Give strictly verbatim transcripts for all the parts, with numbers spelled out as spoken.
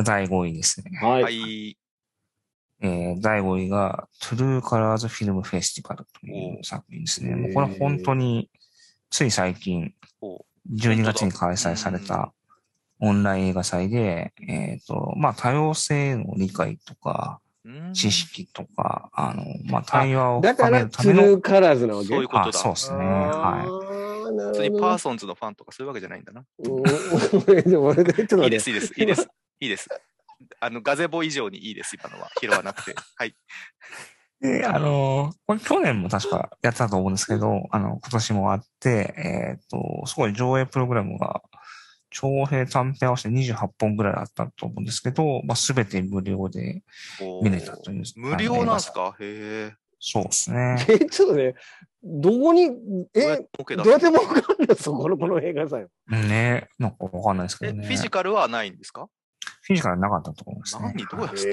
だいごいですね。 はい。 はい。 えー、だいごいが、トゥルーカラーズフィルムフェスティバルという作品ですね。 おーもうこれ本当に、つい最近、 おじゅうにがつに開催されたオンライン映画祭で、えっと、まあ、多様性の理解とか、 うん知識とか、あの、まあ、対話をだ深からトゥめるための、 ルーカラーズなわけ。 そういうことだ。 あ、そうですね。 あはー、な普通にるほどね。 パーソンズのファンとかそういうわけじゃないんだな。 うーんでも俺でちょっと待っていいです、いいです、いいです。いいです。あの、ガゼボ以上にいいです、今のは。拾わなくて。はい。 い。で、あの、これ去年も確かやってたと思うんですけど、あの、今年もあって、えっと、すごい上映プログラムが、長編短編合わせてにじゅうはっぽんぐらいあったと思うんですけど、まあ、すべて無料で見れたという。 無料なんすか？へえ。 そうですね。 え、ちょっとね、どこに、え、どうやって儲かるのそこのこの映画祭。 ね、なんかわかんないですけえ、 どね。 フィジカルはないんですか？ フィジカルなかったと思いますね。 何どうやってんの？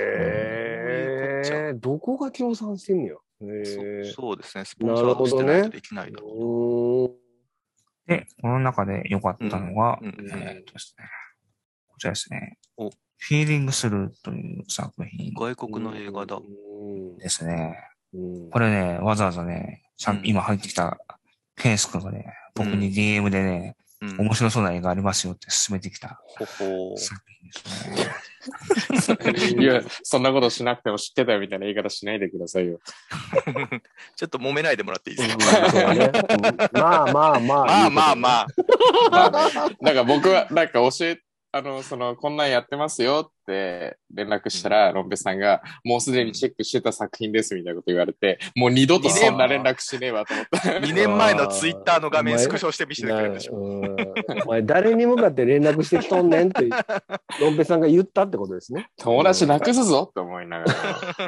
えー、どこが協賛してんのよ。えそそうですね。スポンサードしてないとできないだろう。で、この中で良かったのが、 うんうんえっとですね、こちらですね。 おフィーリングスルーという作品外国の映画だ。 ですね。 うんこれね、わざわざね、さうん今入ってきたケース君がね、僕に ディーエム でね、 うん面白そうな映画ありますよって勧めてきたほほー。 作品ですね。 いや、そんなことしなくても知ってたよみたいな言い方しないでくださいよ。 ちょっと揉めないでもらっていいですか？ うんそうねうんまあまあまあ。 まあまあまあ。 まあね、なんか僕は、なんか教え、あの、その、こんなんやってますよって連絡したら、ロンペさんが、もうすでにチェックしてた作品ですみたいなこと言われて、もう二度とそんな連絡しねえわと思った。 にねんまえのツイッターの画面スクショして見せてくれるでしょ。 うんお前誰に向かって連絡してきとんねんって、ロンペさんが言ったってことですね。 友達なくすぞって思いながら。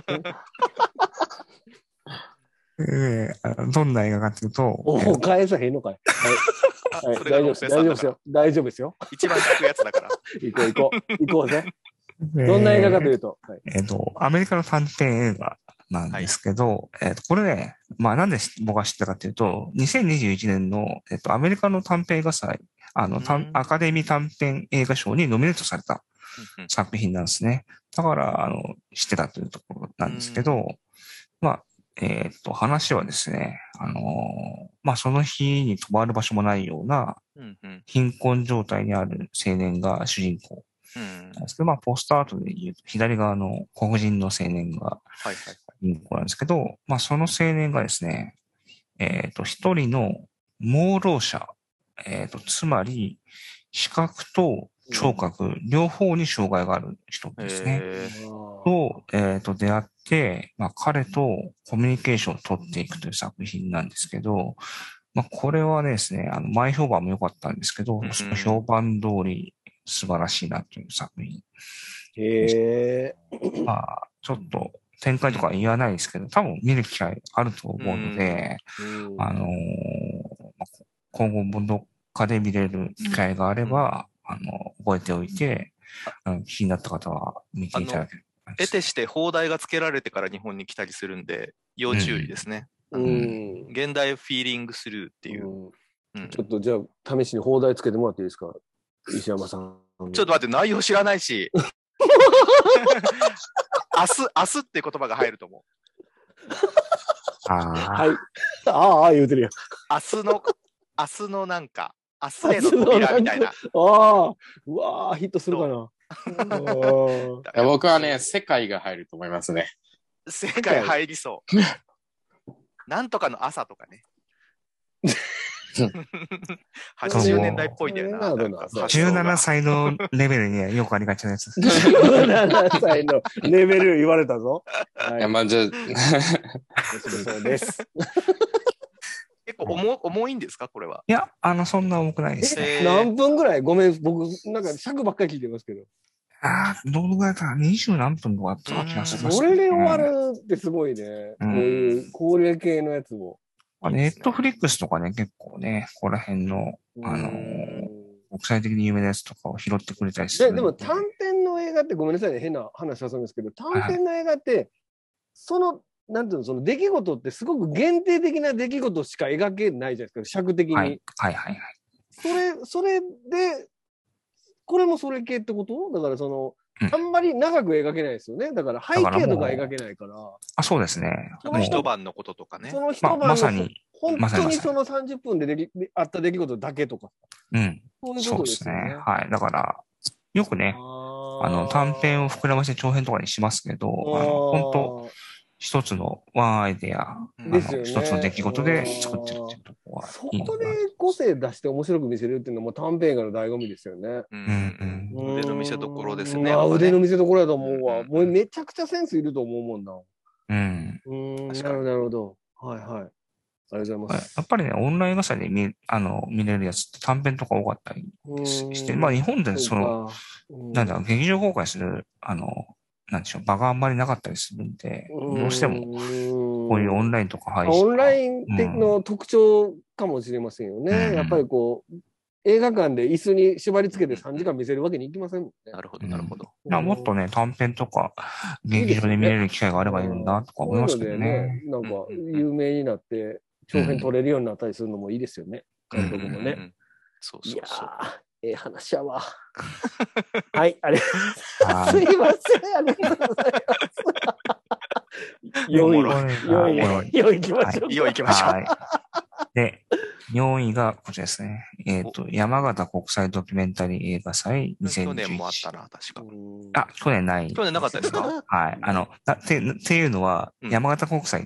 えーどんな映画かというと、 おお、返さへんのかい。はい。はい、 それがロン大丈夫です。 ペさんだから大丈夫ですよ。大丈夫ですよ。 一番聞くやつだから。 行こう行こう。行こうぜ。 えーどんな映画かというと。はい、 えっ、と、アメリカの短編映画なんですけど、えっ、と、これね、まあなんで僕が知ったかというと、にせんにじゅういちねんの、えっ、と、アメリカの短編映画祭、あの、 うんアカデミー短編映画賞にノミネートされたうん作品なんですね。だから、あの、知ってたというところなんですけど、まあ、えっ、と、話はですね、あのーまあ、その日に泊まる場所もないようなうんうん貧困状態にある青年が主人公うんなんですけど、まあ、ポスターアートで言うと、左側の黒人の青年がはいはい主人公なんですけど、まあ、その青年がですね、えっ、と、一人の盲ろう者、えっ、と、つまり、視覚と聴覚、両方に障害がある人ですね。 へーと、えっ、と、出会って、まあ、彼とコミュニケーションを取っていくという作品なんですけど、まあ、これはですね、あの、前評判も良かったんですけど、 うんその評判通り素晴らしいなという作品。 へえ。 まあ、ちょっと展開とか言わないですけど、多分見る機会あると思うので、 うんあのーまあ今後もどっかで見れる機会があれば、あの、覚えておいて、あの気になった方は見ていただければ。 得てして放題が付けられてから日本に来たりするんで、要注意ですね。 うん現代フィーリングスルーっていう。 うんうんちょっとじゃあ、試しに放題つけてもらっていいですか、石山さん。 ちょっと待って、内容知らないし。明日、明日って言葉が入ると思う。 ああ、 はい。ああ、言うてるよ。 明日の、明日のなんか、明日への扉みたいな。 ああ、うわあ、ヒットするかな。 いや僕はね、世界が入ると思いますね。 世界入りそう。なんとかの朝とかね。はちじゅうねんだいっぽいんだよな。 そうなんかじゅうななさいのレベルにはよくありがちなやつ。 じゅうななさいのレベル言われたぞ。はいいや、まあ、じゃあ、 そうです。 結構重重いんですかこれは。 いや、あの、そんな重くないですね。 えー何分ぐらいごめん、僕、なんか尺ばっかり聞いてますけど。 ああ、どのぐらいかな、二十何分とかあった気がします、 それで終わるってすごいね。こういう高齢系のやつを。 ネットフリックスとかね、結構ね、ここら辺の、あのー、国際的に有名なやつとかを拾ってくれたりする。 ででも短編の映画ってごめんなさいね、変な話はするんですけど、短編の映画って、その、なんていうの、その出来事ってすごく限定的な出来事しか描けないじゃないですか、尺的に。 はい、はい、はいはい。 それ、それで、これもそれ系ってことだからその、 あんまり長く描けないですよね。だから背景とか描けないから。 あ、そうですね。 その一晩のこととかね。 その一晩の、 ま、まさに。 本当にそのさんじゅっぷんでできあった出来事だけとか。 うん。 そういうことですよね。 はい。だから、よくね、あの、短編を膨らまして長編とかにしますけど、あの、本当一つのワンアイデア、あの、一、ね、つの出来事で作ってるっていうところは。 そこで個性出して面白く見せるっていうのも短編映画の醍醐味ですよね。 うん。うん、腕の見せ所ですね。 あ、腕の見せ所だと思うわ。もうめちゃくちゃセンスいると思うもんな。 うん。 うん。なるほど、なるほど。はいはい。ありがとうございます。 やっぱりね、オンライン映画祭で見、あの、見れるやつって短編とか多かったりして、まあ日本でその、なんだろう、劇場公開する、あの、なんでしょう、場があんまりなかったりするんで、どうしても、こういうオンラインとか配信。 オンラインの特徴かもしれませんよね。うん、やっぱりこう、映画館で椅子に縛り付けてさんじかん見せるわけにいきませんもんね。 なるほど、なるほど。 うん、もっとね、短編とか、劇場で見れる機会があればいいんだとか思いますけどね。 なんか、有名になって、長編撮れるようになったりするのもいいですよね。監督もね。 そうそうそう。 ええ話やわ。はい、ありがとうございます。すいません、ありがとうございます。よんい、よんい、よんい行きましょう。 よんい行きましょう。 で、よんいがこちらですね。えっと、山形国際ドキュメンタリー映画祭にせんにじゅういち。 去年もあったな、確か。 あ、去年ない。 去年なかったですか？ はい。あの、だって、っていうのは、山形国際って、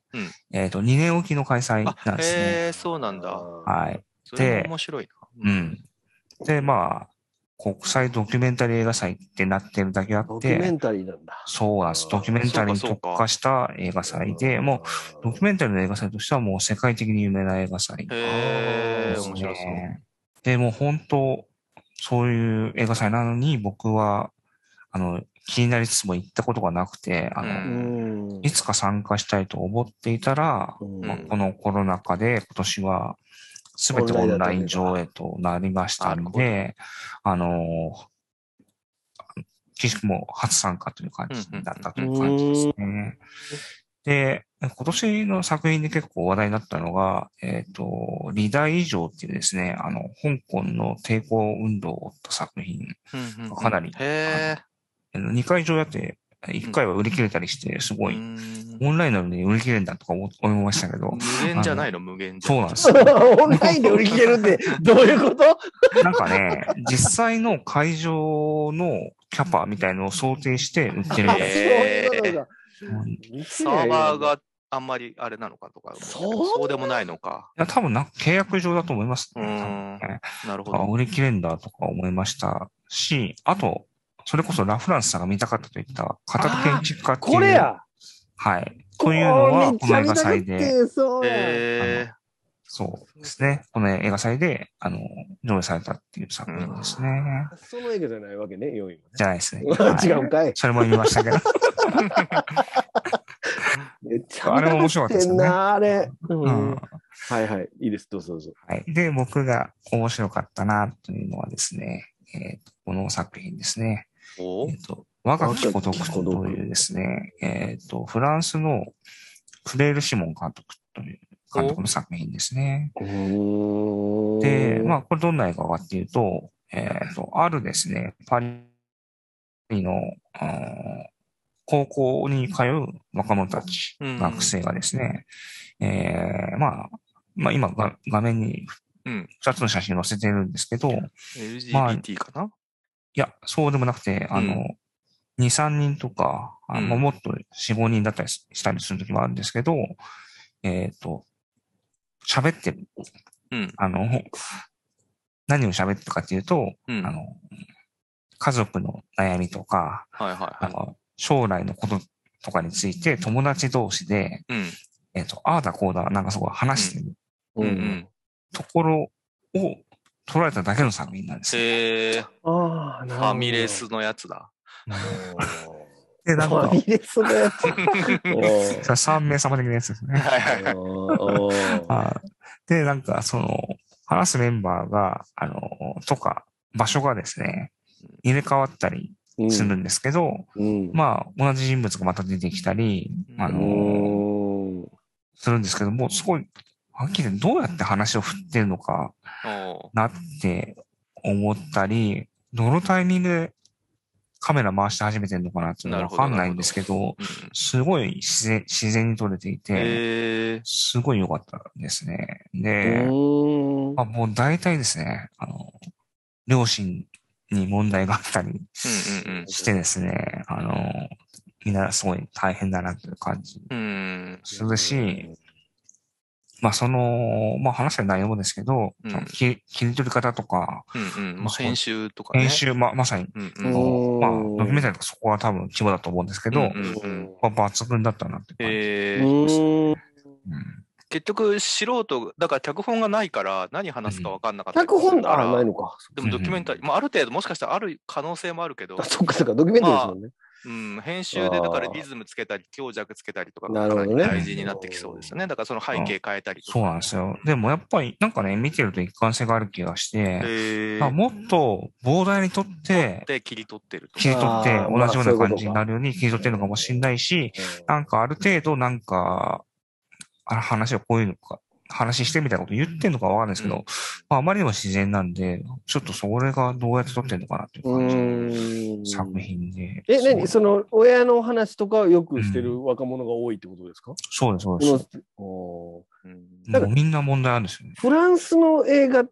えっと、にねんおきの開催なんですね。 へえ、そうなんだ。 はい。 それも面白いな。うん。で、まあ、国際ドキュメンタリー映画祭ってなってるだけあって、 ドキュメンタリーなんだ。 そうなんです。ドキュメンタリーに特化した映画祭で、もう、ドキュメンタリーの映画祭としてはもう世界的に有名な映画祭ですね。 へー、面白そう。 で、もう本当、そういう映画祭なのに僕は、あの、気になりつつも行ったことがなくて、あの、いつか参加したいと思っていたら、まあ、このコロナ禍で今年はすべてオンライン上映となりましたので、あの、岸君も初参加という感じだったという感じですね。で、今年の作品で結構話題になったのが、えっと、リダイ以上っていうですね、あの、香港の抵抗運動を追った作品がかなり、にかい上やって、いっかいは売り切れたりして、すごい、オンラインなのに売り切れるんだとか思いましたけど。 無限じゃないの、無限じゃ。 そうなんですよ。 オンラインで売り切れるってどういうことなんかね、実際の会場のキャパみたいのを想定して売ってるみたいです。サーバーがあんまりあれなのかとか、そうでもないのか。 いや、多分なんか契約上だと思いますね。 ねなるほど。 売り切れんだとか思いましたし、あと、それこそラ・フランスさんが見たかったといった片手建築家っていう。 これやはい。というのは、この映画祭で。 そうえー、 そうですね。この映画祭で、あの、上映されたっていう作品ですね。 うん、その映画じゃないわけね、よんいは、ね。 じゃないですね。 違うんかい。 それも見ましたけど。 めっちゃあれも面白かったですね。あれ、うんうん。はいはい。いいです。どうぞどうぞ。 はい。で、僕が面白かったな、というのはですね、えー、この作品ですね。えっと、我がき孤独というですね、えっと、フランスのクレール・シモン監督という監督の作品ですね。で、まあ、これどんな映画かっていうと、えっと、あるですね、パリの、高校に通う若者たち、学生がですね、えー、まあ、まあ今が画面に二つの写真を載せてるんですけど、 エルジービーティー かな、 いや、そうでもなくて、あの、うん、に、さんにんとか、あの、うん、もっとよん、ごにんだったりしたりする時もあるんですけど、えっと、喋ってる。うん、あの、何を喋ってるかっていうと、うん、あの、家族の悩みとか、 はいはいはい、 あの将来のこととかについて友達同士で、うん、えっと、ああだこうだ、なんかすごい話してる、うんうん、ところを捉えただけの作品なんですよ。 へー。あ、ファミレスのやつだ。 で、なんか。 ファミレスのやつ。 さんめいさま的なやつですね。で、なんか、その、話すメンバーが、あの、とか、場所がですね、入れ替わったりするんですけど、うんうん、まあ、同じ人物がまた出てきたり、あのー、するんですけども、すごい、はっきりどうやって話を振ってるのかなって思ったり、どのタイミングでカメラ回して始めてるのかなっていうのはわかんないんですけど、すごい自然、自然に撮れていて、すごい良かったですね。で、まあ、もう大体ですね、あの、両親に問題があったりしてですね、あの、みんなすごい大変だなという感じするし、まあその、まあ話した内容もですけど、うん、切り取り方とか、 うんうんまあ、編集とかね。 編集、ま、まさに、うんうん、まあドキュメンタリーとかそこは多分規模だと思うんですけど、うんうんうんまあ、抜群だったなって感じですね。 うん結局、素人、だから脚本がないから何話すか分かんなかったりするから、うん。脚本、あ、ないのか。 でもドキュメンタリー、まあある程度もしかしたらある可能性もあるけど。 あ、そっかそっか、ドキュメンタリーですもんね。まあうん、編集でだからリズムつけたり強弱つけたりとかがかなり大事になってきそうですよね。だからその背景変えたりとか。 そうなんですよ。でもやっぱりなんかね、見てると一貫性がある気がして、もっと膨大に撮って、 で切り取ってると。 切り取って同じような感じになるように切り取ってるのかもしれないし、なんかある程度なんか、あ話をこういうのか、話してみたいなこと言ってんのかわかんないですけど、うんまあ、あまりにも自然なんで、ちょっとそれがどうやって撮ってんのかなっていう感じの作品で。 え、何その親の話とかをよくしてる若者が多いってことですか？うん、 そうです、そうです。おもうみんな問題あるんですよね。 フランスの映画って、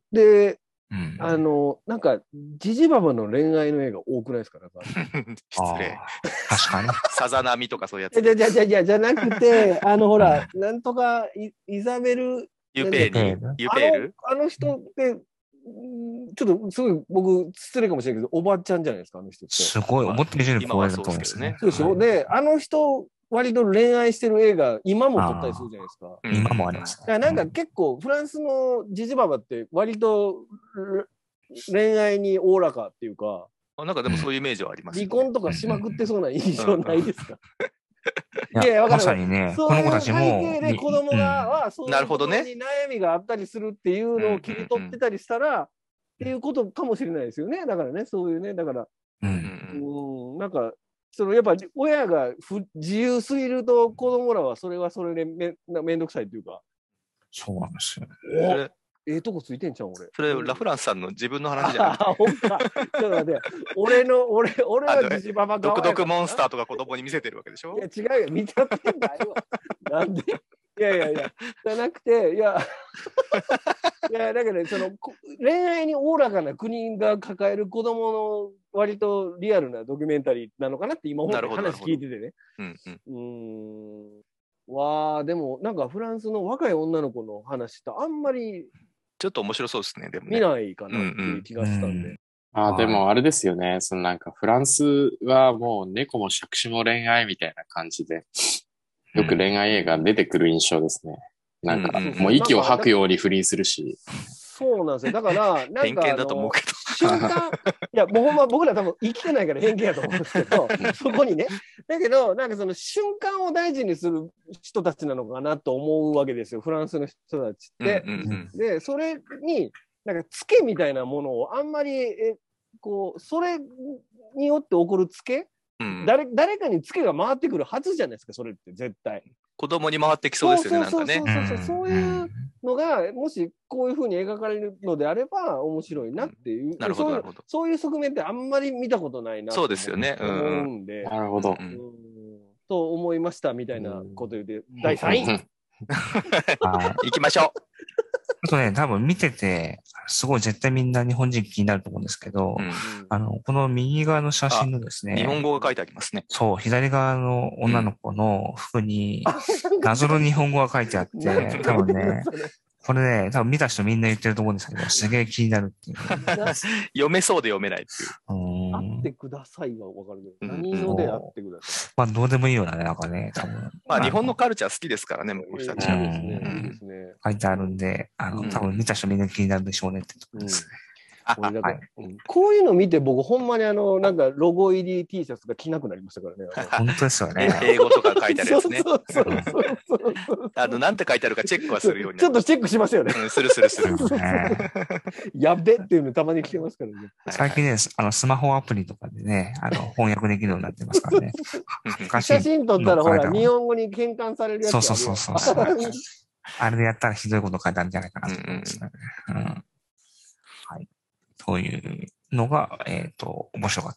うん、あの、なんか、ジジババの恋愛の映画多くないですか？ 失礼。 確かに。 さざ波とかそういうやつ。 じゃじゃじゃじゃじゃなくて、あの、ほら、なんとかイ、イザベル、 ユペーニ、ユペールあの、あの人って、ちょっとすごい僕失礼かもしれないけど、おばちゃんじゃないですか、あの人って。 すごい、思ってる以上に怖いだと思うんですね。 そうでしょ。で、あの人、割と恋愛してる映画、今も撮ったりするじゃないですか。 今もあります、 ね。なんか結構、フランスのジジババって割と恋愛におおらかっていうか。 なんかでもそういうイメージはありますね。離婚とかしまくってそうな印象ないですか？ いや、まさにね、この子たちも。 そういう背景で子供が、は、そういうことに悩みがあったりするっていうのを切り取ってたりしたら、っていうことかもしれないですよね。だからね、そういうね、だから、うん、うんなんか、そのやっぱ親が不自由すぎると子供らはそれはそれでめめんどくさいっていうか。 そうなんですよ。 ええとこついてんちゃう俺。 それラフランスさんの自分の話じゃなくて。 あ、ほんか。ちょっと待って。俺の、俺、俺はジジババ独特モンスターとか子供に見せてるわけでしょ？ いや違うよ。見ちゃってんだよ。なんで？いやいやいや。じゃなくて、いや、いや、だけど、ね、その、恋愛におおらかな国が抱える子供の割とリアルなドキュメンタリーなのかなって今思って話聞いててね。うんうん。うーん。わあ、でもなんかフランスの若い女の子の話ってあんまりちょっと面白そうですね、でもね。 見ないかなっていう気がしたんで。うんうん、 あでもあれですよね。そのなんかフランスはもう猫も杓子も恋愛みたいな感じで、よく恋愛映画出てくる印象ですね。なんかもう息を吐くように不倫するし。 そうなんですよ。だから、なんか偏見だと思うけど。 瞬間、いや、もうほんま僕ら多分生きてないから偏見やと思うんですけど、そこにね。だけど、なんかその瞬間を大事にする人たちなのかなと思うわけですよ、フランスの人たちって。うんうんうん、で、それに、なんかツケみたいなものをあんまり、えこう、それによって起こるツケ、うん、誰誰かにツケが回ってくるはずじゃないですか、それって絶対。 子供に回ってきそうですよね、なんかね。 そうそうそうそう、そういうのが、もしこういうふうに描かれるのであれば面白いなっていう、うん、 なるほど、なるほど。 そういう側面ってあんまり見たことないなとそうですよね。 思うんで。 なるほど。 うんと思いましたみたいなこと言って、だいさんい。 行きましょう。 あとね、多分見てて、すごい絶対みんな日本人気になると思うんですけど、うん、あの、この右側の写真のですね。 日本語が書いてありますね。 そう、左側の女の子の服に謎の日本語が書いてあって、多分ね、これね、多分見た人みんな言ってると思うんですけど、すげえ気になるっていう。 読めそうで読めないっていう。 会ってくださいはわかるけど、何ので会ってください。 まあ、どうでもいいようなね、なんかね、多分。 まあ、日本のカルチャー好きですからね、向こう人たちは。 いいですね。いいですね。 書いてあるんで、あの、多分見た人みんな気になるでしょうねってところですね。 これだから、うん、こういうの見て僕ほんまにあのなんかロゴ入り T シャツが着なくなりましたからね。 本当ですよね。 英語とか書いてあるやつね。あのなんて書いてあるかチェックはするように。 ちょっとチェックしますよね。 うん、するするする。 やべっていうのたまに来てますからね。 最近ね、あのスマホアプリとかでね、あの翻訳できるようになってますからね。 写真撮ったらほら日本語に変換されるやつ。 そうそうそうそう。あれでやったらひどいこと書いてあるんじゃないかなと思いますね。うん。はい。というのが、えっと、面白かった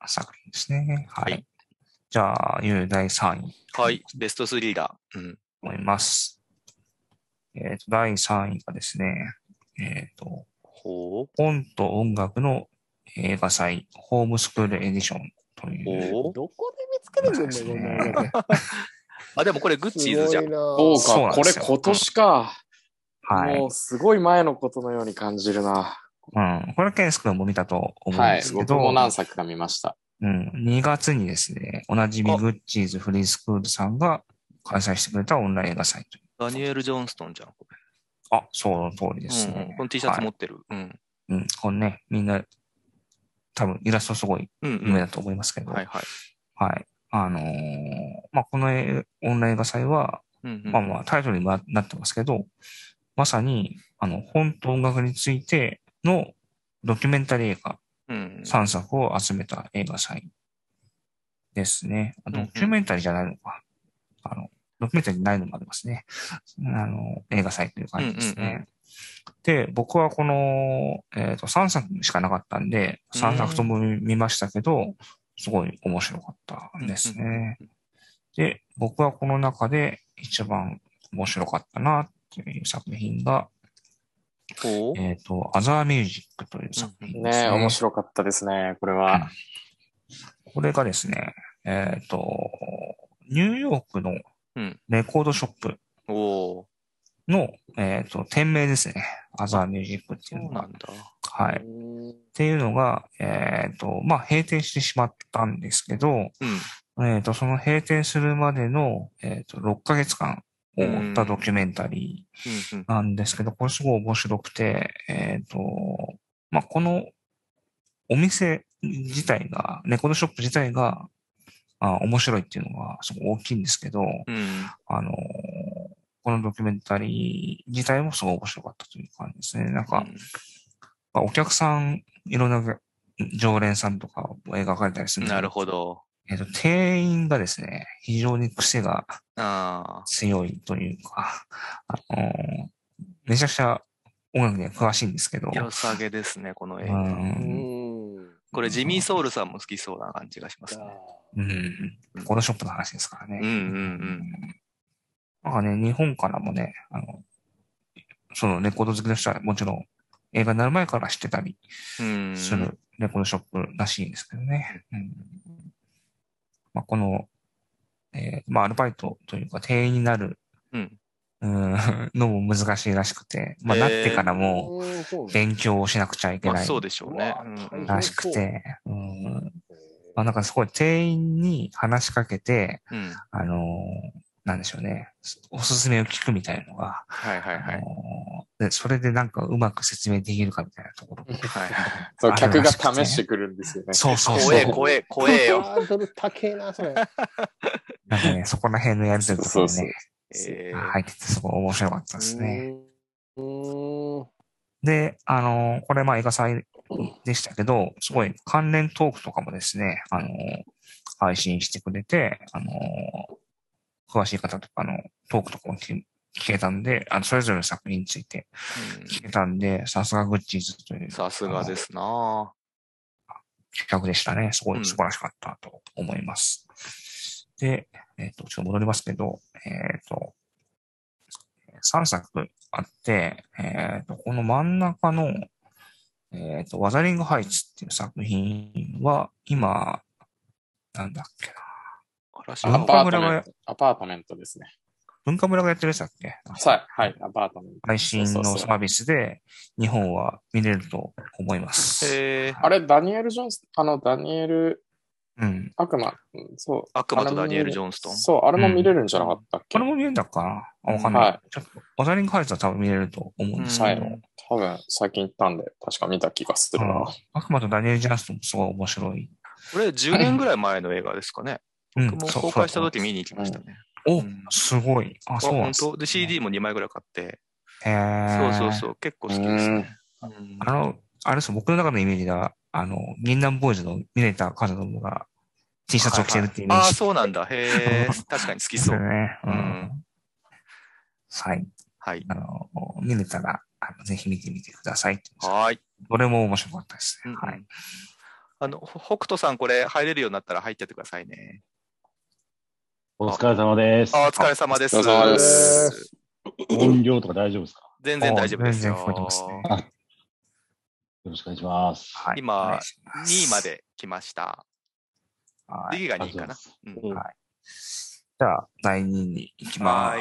作品ですね。はい。 はいじゃあ、ゆうだいさんい。 はい。ベストスリーだ。うん。 思います。えっ、と、だいさんいがですね、えっ、と、 ほう。 本と音楽の映画祭、ホームスクールエディションという。 ほう。 どこで見つけてくんねん、こんなのね。 あ、でもこれグッすチーズじゃん。 ごいなそうか、こそうなんですよれ今年か。 はい。 もうすごい前のことのように感じるな。 うん。これ、ケンス君も見たと思うんはい。 ですけど、 僕も何作か見ました。 うん。にがつにですね、おなじみあグッチーズフリースクールさんが開催してくれたオンライン映画祭という。 ダニエル・ジョンストンじゃん、こあ、その通りでれ。 すね。 うんうん。この T シャツはい持ってる。うん。 うん。これね、みんな、多分イラストすごいうんうん。 有名だと思いますけど、 はいはい。 はい。あのーまあ、このえオンライン映画祭は、 うんうん。 まあまあタイトルにもなってますけど、まさに、あの、本と音楽についてのドキュメンタリー映画うんさんさくを集めた映画祭ですね。 んドキュメンタリーじゃないのか。あの、ドキュメンタリーないのもありますね。あの、映画祭という感じですね。 うんうんうんで、僕はこの、えっと、さんさくしかなかったんで、さんさくとも見ましたけど、すごい面白かったですね。で、僕はこの中で一番面白かったなっていう作品が、 ほう。 えっと、アザーミュージックという作品ですね。 ねえ、面白かったですね、これは。 これがですね、えっと、ニューヨークのうん。 レコードショップおー。 の、えっと、店名ですね。アザーミュージックってそいうのが。 うなんだ。 はい。っうんていうのが、えっと、まあ、閉店してしまったんですけど、 うん。 えっと、その閉店するまでの、えっと、ろっかげつかんを追ったドキュメンタリうんうんーなんですけど、これすごい面白くて、えっと、まあ、このお店自体が、レコードショップ自体が、あ面白いっていうのがすごい大きいんですけど、 うん。 あの、このドキュメンタリー自体もすごい面白かったという感じですね。なんか、まあお客さん、いろんな常連さんとかを描かれたりするんだけなるほど。 えっと、店員がですね、非常に癖があ強いというか、あのめちゃくちゃ音楽には詳しいんですけど、 あ。良さげですね、この映う画。 ん、 これジミー・ソウルさんも好きそうな感じがしますね。 うん、レコードショップの話ですからね。 うんうんうん。 なんかね、日本からもね、あの、そのレコード好きの人はもちろん映画になる前から知ってたりうん。 するレコードショップらしいんですけどね。うんまあ、この、えーまあ、アルバイトというか店員になる、 うん。 うんのも難しいらしくて、まあ、 へーなってからもうんそうね勉強をしなくちゃいけまあないそうでしょうね。 うわうん大変らしくて、うんまあ、なんかすごい店員に話しかけて、 うん。 あのーなんでしょうね、おすすめを聞くみたいなのが、 はいはいはい。 あのーで、それでなんかうまく説明できるかみたいなところ。 はいはい。 そう、 ある客がらしくて試してくるんですよね。 そうそうそう。 怖え怖え怖えよ。 ハードル高えな、それ。 なんかね、そこら辺のやりとりとかもそうそうね、 えー入っててすごい面白かったですね。 うん。うんで、あのーこれまあ映画祭でしたけど、すごい関連トークとかもですね、あのー配信してくれて、あのー詳しい方とかのトークとかも聞聞けたんで、あの、それぞれの作品について聞けたんで、さすがグッチーズという。 さすがですすな企画でしたね。すごうんい素晴らしかったと思います。で、えっ、と、ちょっと戻りますけど、えっ、と、さんさくあって、えっ、と、この真ん中の、えっ、と、ワザリングハイツっていう作品は、今、なんだっけな。 嵐のアパート文化村がメント、アパートメントですね。 文化村がやってるやつだっけはい、はい、アパートメント。 配信そうそうそうのサービスで日本は見れると思います。 へーあれ、ダニエル・ジョンス、あの、ダニエル、 うん。 悪魔、うんそう。 悪魔とあれもダニエル・ジョンストン。 そう、あれも見れるんじゃなかったっけ、 これも見れるんだっかなあわかんない。 はいちょっと、ワザリングハイツは多分見れると思うんですけど、 はい。多分、最近行ったんで、確か見た気がするうんな。 悪魔とダニエル・ジャンストンもすごい面白い。 これじゅうねんぐらい前の映画ですかね。 うん僕もそう公開した時見に行きましたね。 お、 うんすごい。あ、 あ、 そうなんです、 本当で シーディー もにまいぐらい買って。 へーそうそうそう。結構好きですね。うんあの、あれです僕の中のイメージでは、あの、銀杏ボーイズのミネタカズノが T シャツを着てるっていうイメージ。 ああ、そうなんだ。へえ、確かに好きそう。 ね。ううんん。はい。 はい。 あの、見れたら、あのぜひ見てみてください。 はーい。 どれも面白かったですね。 うんうんはい。 あの、ほ北斗さん、これ入れるようになったら入っちゃってくださいね。 お疲れ様です。 あ、お疲れ様です。 お疲れ様です。 音量とか大丈夫ですか？ 全然大丈夫ですよ。 全然聞こえてますね。 あ、よろしくお願いします。 はい。 今、にいまで来ました。 はい。 次がにいかな。 うんはい。じゃあ、だいにいに行きます。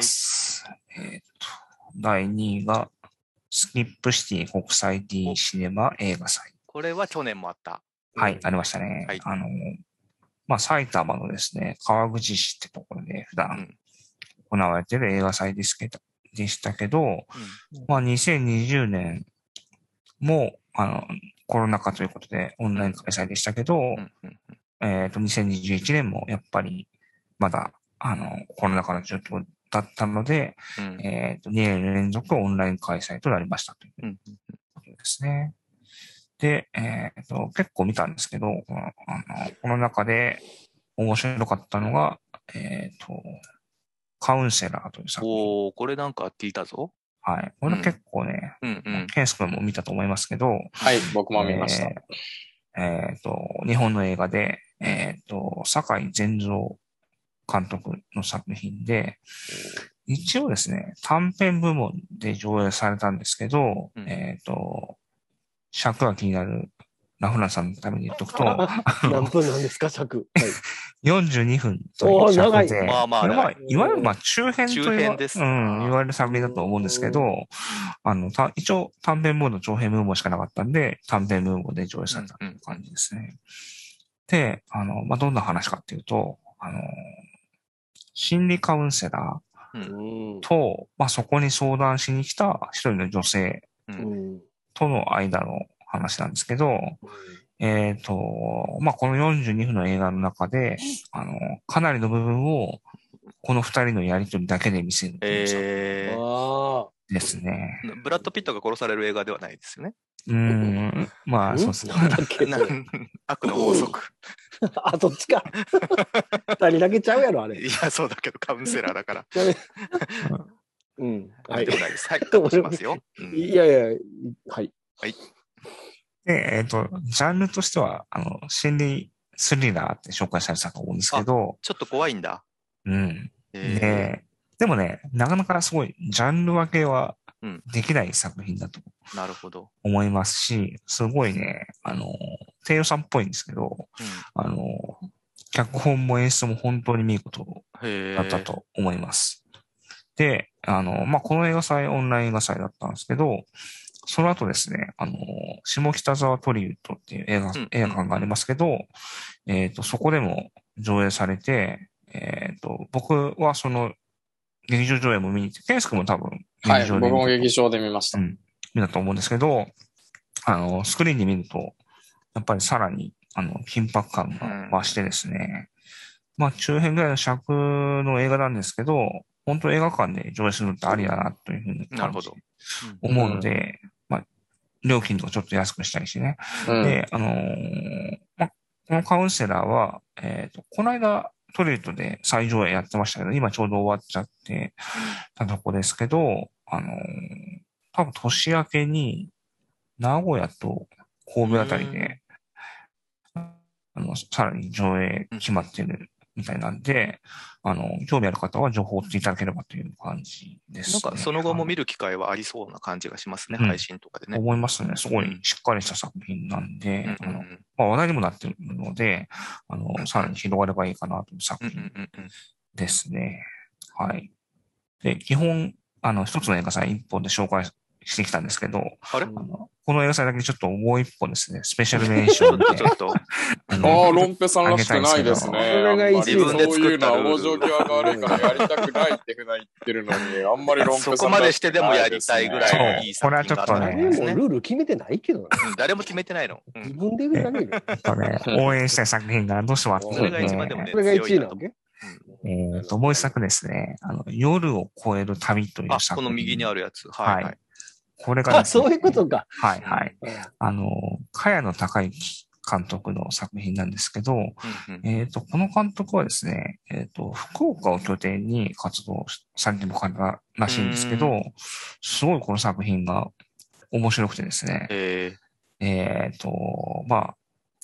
えっと、だいにいが、スキップシティ国際 D シネマ映画祭。 これは去年もあった。 はい、ありましたね。 はい、 あの、まあ、埼玉のですね、川口市ってところで普段行われている映画祭ですけど、でしたけど、うん、まあ、にせんにじゅうねんも、あの、コロナ禍ということでオンライン開催でしたけど、うんうん、えっと、にせんにじゅういちねんもやっぱりまだ、あの、コロナ禍の状況だったので、うん、えっと、にねん連続オンライン開催となりましたということですね。で、えっと、結構見たんですけど、この、あの、この中で面白かったのが、えっと、カウンセラーという作品。 おー、これなんか聞いたぞ。 はい。これ結構ね、うんうんうん、ケンス君も見たと思いますけど、 はい、僕も見ました。 えーえー、と、日本の映画で、えっと、坂井善三監督の作品で、一応ですね、短編部門で上映されたんですけど、うん、えっと、尺が気になるラフナさんのために言っとくと、 何分なんですか、尺。はい、 よんじゅうにふんという尺で、 まあまあまあ、いわゆるまあ中編と中編です、 うん、言われる作品だと思うんですけど、あの、た一応短編モード、長編ムーボーしかなかったんで、短編ムーボーで上映されたという感じですね。うんうん、で、あの、まあ、どんな話かっていうと、あの、心理カウンセラーと、うん、まあ、そこに相談しに来た一人の女性との間の話なんですけど、うん、えっと、まあ、このよんじゅうにふんの映画の中で、あの、かなりの部分を、この二人のやりとりだけで見せるという作品ですね、 えー。ブラッド・ピットが殺される映画ではないですよね。 うーん、まあ、そうですね。 悪の法則。 あ、どっちか。二人だけちゃうやろ、あれ。 いや、そうだけど、カウンセラーだから。 うん。 はい。でもないです。はい。カットしますよ。 うん、いやいや、はい。 はい。 で、えっと、ジャンルとしては、あの、心理スリラーって紹介されてたと思うんですけど。 ちょっと怖いんだ。 うん。で、でもね、なかなかすごい、ジャンル分けはできない作品だとなるほど思いますし、すごいね、あの、低予算っぽいんですけど、うん、あの、脚本も演出も本当に見事だったと思います。で、あの、まあ、この映画祭、オンライン映画祭だったんですけど、その後ですね、あの、下北沢トリウッドっていう映画、うん、映画館がありますけど、えっと、そこでも上映されて、えっと、僕はその、劇場上映も見に行って、ケンス君も多分、 劇場で。はい、僕も劇場で見ました。 うん。見たと思うんですけど、あの、スクリーンで見ると、やっぱりさらに、あの、緊迫感が増してですね、うん、まあ、中編ぐらいの尺の映画なんですけど、本当映画館で上映するのってありだな、というふうに感じ、思うので、うん、まあ、料金とかちょっと安くしたりしてね。うん、で、あのー、まあ、このカウンセラーは、えっと、この間、トリウッドで再上映やってましたけど、今ちょうど終わっちゃってたとこですけど、あのー、多分年明けに、名古屋と神戸あたりで、あの、さらに上映決まってるみたいなんで、あの、興味ある方は情報を追っていただければという感じですね。 なんかその後も見る機会はありそうな感じがしますね、うん、配信とかでね。 思いますね。すごいしっかりした作品なんで、うん、あの、まあ、話題にもなってるので、あの、うん、さらに広がればいいかなという作品ですね。はい。で、基本、あの、一つの映画祭一本で紹介してきたんですけど、 あれあのこの映画祭だけちょっともう一本ですね、スペシャルメンションで。 ちょっと。 ああ、ロンペさんらしくないですね。 それが自分で作ったルール。 そういうのは往生際が悪いからやりたくないってふうな言ってるのに、あんまりロンペさんらしくない、ね。 そこまでしてでもやりたいぐらいいい作品があったんですね。 誰もルール決めてないけどね。 誰も決めてないの。 うん、自分で言うだけで。 ね、応援したい作品がどうしてもあって、ね。 それが一番でもね、 それがいちいなわけ？ えっと、もう一作ですね、あの、夜を越える旅という作品。 あ、この右にあるやつ。はい、はい。 はいこれがですね、あ、そういうことか。 はいはい。あの、茅野孝之監督の作品なんですけど、うんうん、えっと、この監督はですね、えっと、福岡を拠点に活動されてる方らしいんですけど、すごいこの作品が面白くてですね、えっと、まあ、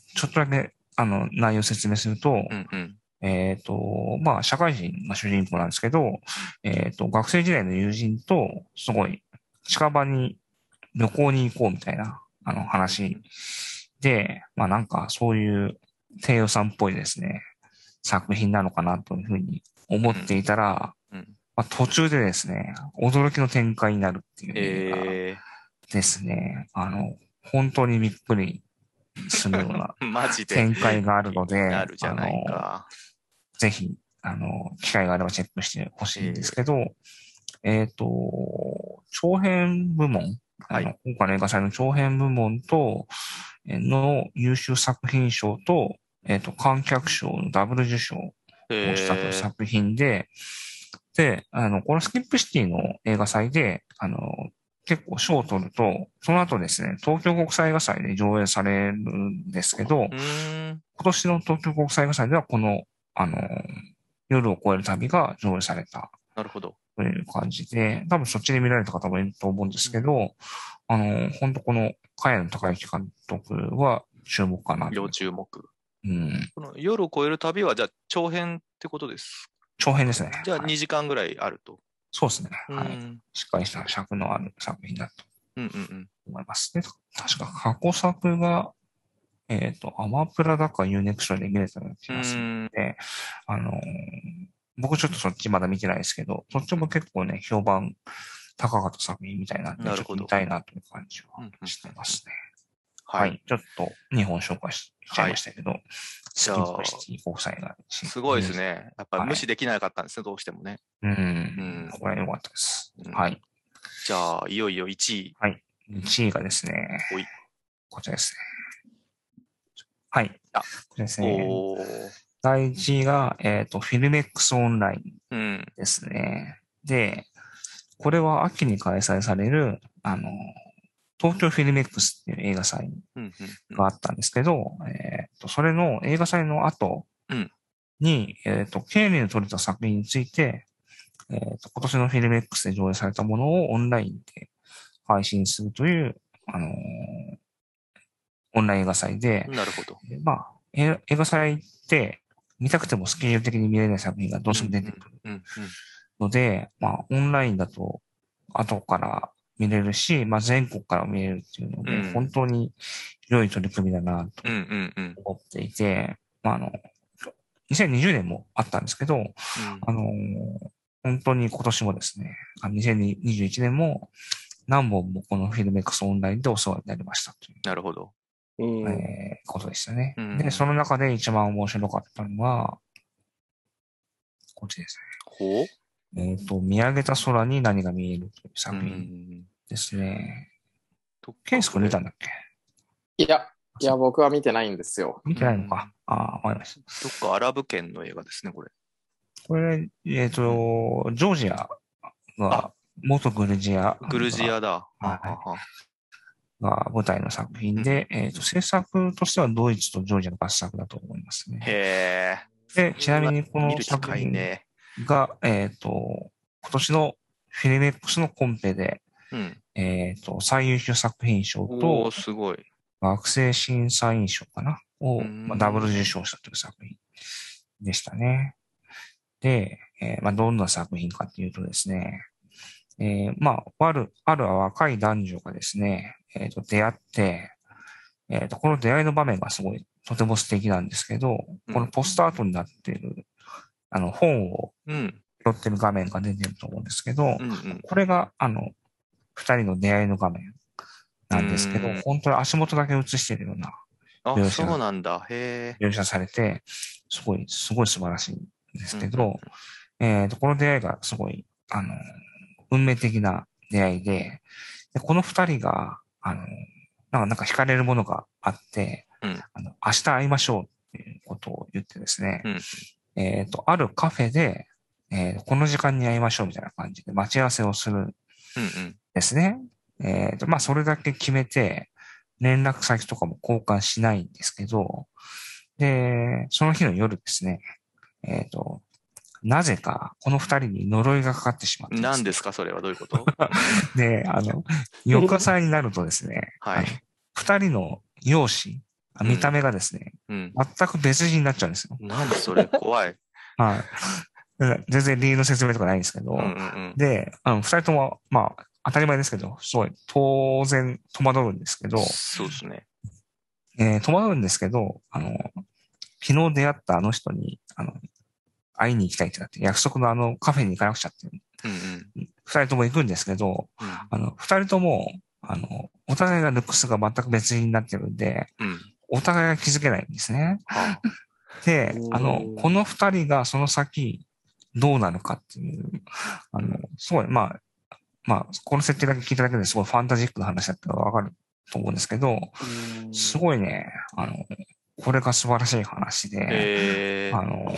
ちょっとだけ、あの、内容を説明すると、 うんうん。 えっと、まあ、社会人が主人公なんですけど、えっと、学生時代の友人と、すごい、近場に旅行に行こうみたいな、あの、話で、まあ、なんか、そういう低予算っぽいですね、作品なのかなというふうに思っていたら、 うん。 まあ、途中でですね、驚きの展開になるっていう映画えですね。あの、本当にびっくりするようなー、マジで展開があるの気になで、あの、 るじゃないか。 ぜひ、あの、機会があればチェックしてほしいんですけど、えっと、長編部門、あの、 はい今回の映画祭の長編部門と、えの優秀作品賞と、えっと、観客賞のダブル受賞をしたというえ作品で、で、あの、このスキップシティの映画祭で、あの、結構賞を取ると、その後ですね、東京国際映画祭で上映されるんですけど、 ー、うーん。 今年の東京国際映画祭ではこの、あの、夜を越える旅が上映されたなるほど。 という感じで、多分そっちで見られた方もいると思うんですけど、あの、本当この、茅野孝之監督は注目かなと。 要注目。 うん。 この夜を越える旅は、じゃあ長編ってことです長編ですね。 じゃあはいにじかんぐらいあると。 そうですね。 うはい。 ん。 しっかりした尺のある作品だとうんうんうん。 思います。で、確か過去作が、えっと、アマプラだかユーネクストで見れたような気がするので、あのー僕ちょっとそっちまだ見てないですけど、そっちも結構ね、評判高かった作品みたいなんで、ちょっとなるほど見たいなという感じはうんうんしてますね。 は。 はいい。ちょっとにほん紹介しちゃいましたけど、スキじゃあップシティ国際が。 すごいです。ね。やっぱり無視できなかったんですね、どうしてもね。 うん。 うんこれは良かったです。 うんはい。 じゃあ、いよいよいちい。 いちいがですねおい、 こちらですね。はい。 あこちらですね。 おー。 だいいちいが、えっと、フィルメックスオンラインうん。 ですね。で、これは秋に開催される、あの、東京フィルメックスっていう映画祭うんうんうんがあったんですけど、えっと、それの映画祭の後うんに、えっと、経理で撮れた作品について、えっと、今年のフィルメックスで上映されたものをオンラインで配信するという、あのーオンライン映画祭で、 なるほど。 まあ、え映画祭って見たくてもスケジュール的に見れない作品がどうしても出てくるうんうんので、まあ、オンラインだと後から見れるし、まあ、全国から見れるっていうので、 うん本当に良い取り組みだなとうんうんうん思っていて、まあ、あの、にせんにじゅうねんもあったんですけど、 うんあのー本当に今年もですね、あにせんにじゅういちねんも何本もこのフィルメックスオンラインでお世話になりましたという、 なるほど。 うん。 えーことでしたね。 うんで、その中で一番面白かったのは、こっちですほうね。えっ、と、見上げた空に何が見えるというう作品ん。 ですね。 どっかケンス君見たんだっけいや、いや、僕は見てないんですよ。 見てないのか。ああ、わかりました。 どっかアラブ圏の映画ですね、これ。 これ、えっ、と、ジョージアが、元グルジアグルジアだ。 はいはははが舞台の作品で、えっ、と、制作としてはドイツとジョージアの合作だと思いますね。 へで、ちなみにこえ。見のる機作品会ね。 が、えっ、と、今年のフィルメックスのコンペで、 うん。 えっ、と、最優秀作品賞おとー、すごい。 学生審査員賞かなを、 うんまあ、ダブル受賞したという作品でしたね。で、えーまあ、どんな作品かっていうとですね、えーまあ、ある、ある若い男女がですね、えっ、と、出会って、えっ、と、この出会いの場面がすごい、とても素敵なんですけど、 うんこのポスタートになっている、あの、本をうん。 拾ってる画面が出てると思うんですけど、 うんうん。 これが、あの、二人の出会いの画面なんですけどうん、 本当に足元だけ映しているようなあ、 描写そうなんだ。へえ。 描写されて、すごい、すごい素晴らしいんですけうんど、えっと、この出会いがすごい、あの、運命的な出会いで、でこの二人が、あの、なんか、なんか惹かれるものがあって、 うんあの明日会いましょうっていうことを言ってですね、 うんえっと、あるカフェで、えーこの時間に会いましょうみたいな感じで待ち合わせをするんうんうん。 ですね。えっと、まあ、それだけ決めて、連絡先とかも交換しないんですけど、で、その日の夜ですね、えっと、なぜか、この二人に呪いがかかってしまって、 何ですか、それはどういうことで、あの、翌朝になるとですね、 はいあの二人の容姿、 見た目がですね、 うん。 全く別人になっちゃうんですよ。 なんでそれ怖い。 はい。全然理由の説明とかないんですけど、 うんうんうん。 で、あの、二人とも、まあ、当たり前ですけど、すごい、当然戸惑うんですけど、 そうですね。 えー戸惑うんですけど、あの、昨日出会ったあの人に、あの、会いに行きたいってなって、約束のあのカフェに行かなくちゃって、 うんうん二人とも行くんですけど、 うんあの、二人とも、あの、お互いがルックスが全く別人になってるんで、 うん。 お互いが気づけないんですね。 はで、あの、この二人がその先、どうなるかっていう、あの、すごい、まあ、まあ、この設定だけ聞いただけですごいファンタジックな話だったらわかると思うんですけど、すごいね、あの、これが素晴らしい話で、 えー、 あの、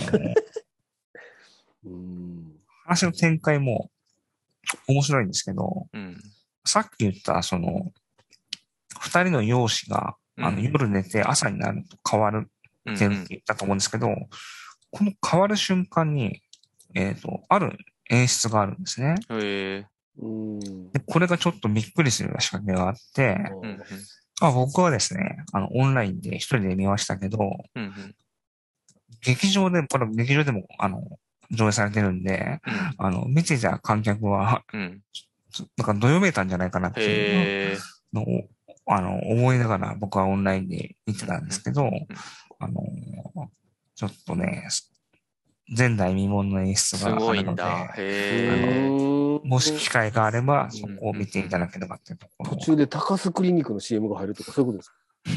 話の展開も面白いんですけど、 うん、 さっき言ったその、二人の容姿が、あの、 うん夜寝て朝になると変わるって言ったと思うんですけど、この変わる瞬間に、えっと、ある演出があるんですね。 えでこれがちょっとびっくりするような仕掛けがあって、 ーうんまあ、僕はですね、あの、オンラインで一人で見ましたけど、 うんうん劇場で、これ劇場でも、あの、上映されてるんで、 うんあの、見てた観客は、 うんなんかどよめいたんじゃないかなっていうへーのを、あの、思いながら僕はオンラインで見てたんですけど、あの、ちょっとね、前代未聞の演出すがあごいんだ。 るので、あへの、もし機会があれば、そこを見ていただければっていうところ。 途中で高須クリニックの シーエム が入るとか、そういうことですか？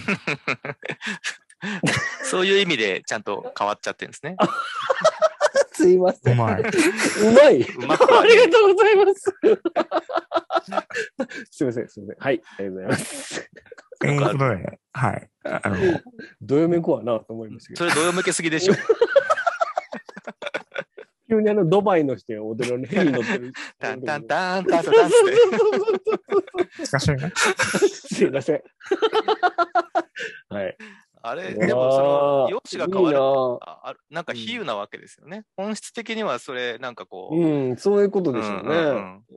そういう意味でちゃんと変わっちゃってるんですね。 すいません。 うまい。 うまい。 うまくはありがとうございます。すいません、すいません。はい、ありがとうございます。 ということで、はい。あの、 どよめくわなと思いましたけど。 それどよめけすぎでしょ。 急にあのドバイの人が踊るのヘリに乗ってる。 タンタンタンタンタンタンって。 難しいな。 すいません。はい。 あれ、でもその、容姿が変わるいいなああるなんか比喩なわけですよね。本質的にはそれ、なんかこう。 うん、そういうことでしょうね。 うんうん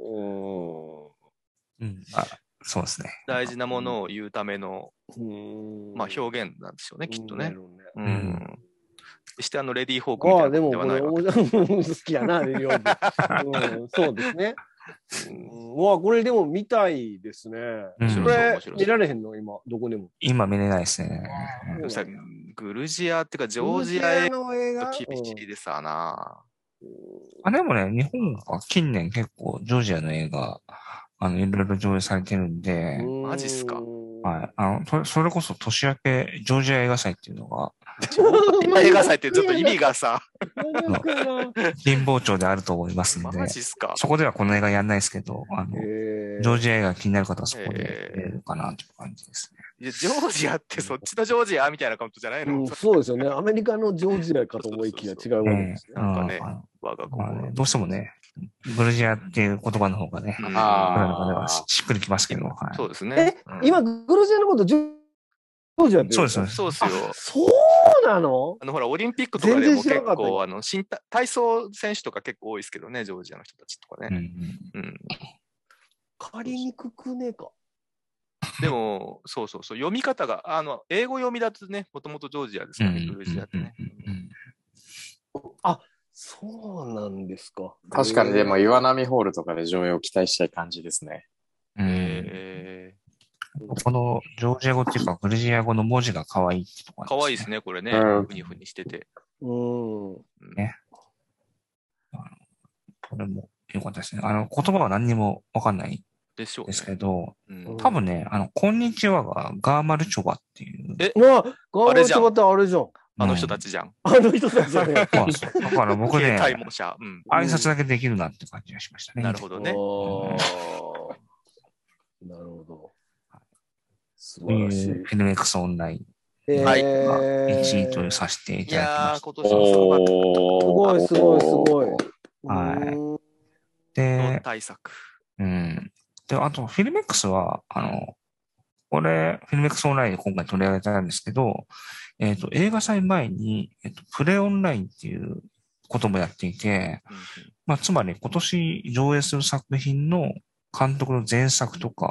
うん。あ、そうですね。 大事なものを言うための、 うんまあ表現なんでしょうね、きっとね。ううんん。決してあのレディーホークみたいなことではないわけああ、でもこれ好きやな、レディーホーク。うん、そうですね。うん、うわ、これでも見たいですね。 うんこれ見られへんの今、どこでも。 今見れないですね。 でもさグルジアっていうか、ジョージア映の映画厳しいでさな。 あ、でもね、日本は近年結構ジョージアの映画、あの、いろいろ上映されてるんで、 マジっすか。 はい。あの、とそれこそ年明けジョージア映画祭っていうのが、 映画祭ってちょっと意味がさ、 神保町であると思いますんで、 マジっすか。 そこではこの映画やんないですけど、あの、 えー、 ジョージア映画気になる方はそこで見れるかなという感じですね。 いや、ジョージアってそっちのジョージアみたいな感じじゃないの、 うん、そうですよね。アメリカのジョージアかと思いきや違うわけですね。 なんかね、 我がまあね、どうしてもね、グルジアっていう言葉の方がね、 うんああ、しっくりきますけど、はい。 そうですね。 え、今、グルジアのことジョージアってそうです、 そうですよ。 そうなの？ あの、ほら、オリンピックとかでも結全然知らなかった構、あの、新体体操選手とか結構多いですけどね、ジョージアの人たちとかね。 うんうん。 借りにくくねえか。 でも、そうそうそう、読み方が、あの、英語読みだとね、もともとジョージアですからね、グルジアってね。 あ、そうなんですか。 確かにでも岩波ホールとかで上映を期待したい感じですね。 えー、このジョージア語っていうかグルジア語の文字が可愛いってところ、 ね、可愛いですね、これね。 うん、 ふにふにしてて。 うん。 ね。これも良かったですね。あの、言葉は何にもわかんないですけど、 ねうん、 多分ね、あの、こんにちはがガーマルチョバっていう。 え、 ガーマルチョバってあれじゃん。 あの人たちじゃん。 あの人たちじゃん。だから僕ね、 携帯模写、うん、 挨拶だけできるなって感じがしましたね。 なるほどね。 なるほど。 素晴らしい。フィルメックスオンライン。 はい。 いちいとさせていただきました。いやー、 今年もすごかった。 すごい、すごい、すごい。 はい。で、 対策。 うん。で、あと、フィルメックスは、あの、これ、フィルメックスオンラインで今回取り上げたんですけど、えっと、映画祭前に、えっと、プレオンラインっていうこともやっていて、うん、まあ、つまり今年上映する作品の監督の前作とか、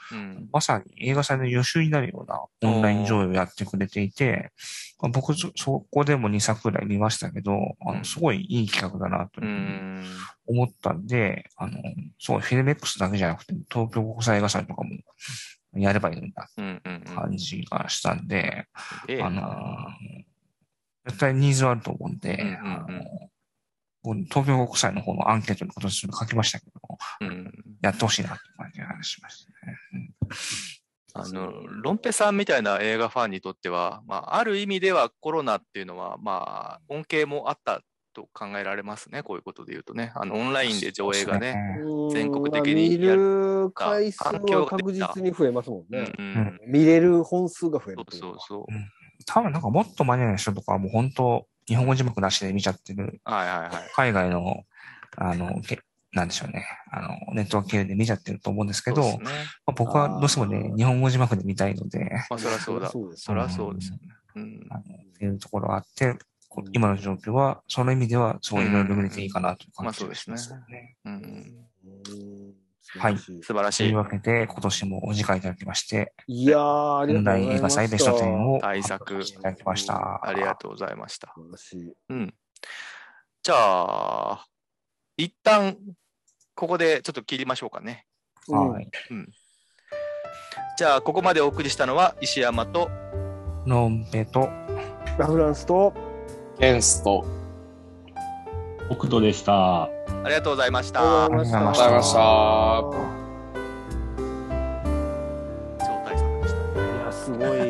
うん、 まさに映画祭の予習になるようなオンライン上映をやってくれていて、まあ、僕そ、そこでもにさくぐらい見ましたけど、あの、すごいいい企画だなというふうに思ったんで、あの、すごいフィルメックスだけじゃなくて、東京国際映画祭とかもやればいいんだ感じがしたんで、 うんうんうん、 あの、絶対ニーズはあると思うんで、 うんうんうん、 あの東京国際の方のアンケートに今年書きましたけど、うん、やってほしいなって感じがしましたね。 あの、ロンペさんみたいな映画ファンにとっては、まあ、ある意味ではコロナっていうのは、まあ、恩恵もあったと考えられますね。こういうことで言うとね。あの、オンラインで上映がね、ね全国的にやる。見る回数は確実に増えますもんね。うんうん、見れる本数が増える。 そうそうそう。 うん、多分なんかもっとマニアな人とかはもう本当、日本語字幕なしで見ちゃってる。 はいはいはい。 海外の、あの、なんでしょうね。あの、ネットワーク系で見ちゃってると思うんですけど、ね、まあ、僕はどうしてもね、日本語字幕で見たいので。 まあ、そりゃそうだ。そりゃそうですよね。 うん。あの、っていうところがあって、今の状況は、その意味では、そういろいろ見れていいかなという感じがしますね。 うん。 はい。 素晴らしい。 というわけで、今年もお時間いただきまして、 いやー、ありがとうございました。オンライン映画祭ベストじゅうを対策いただきました。 ありがとうございました。 素晴らしい。 うん。じゃあ、一旦、ここでちょっと切りましょうかね。 はい。 うん。じゃあ、ここまでお送りしたのは、石山と、 のんぺと、 ラフランスと、 ケンスと、 北斗でした。 ありがとうございました。 ありがとうございました。ありがとうございました。 超大作でした。 いや、すごい。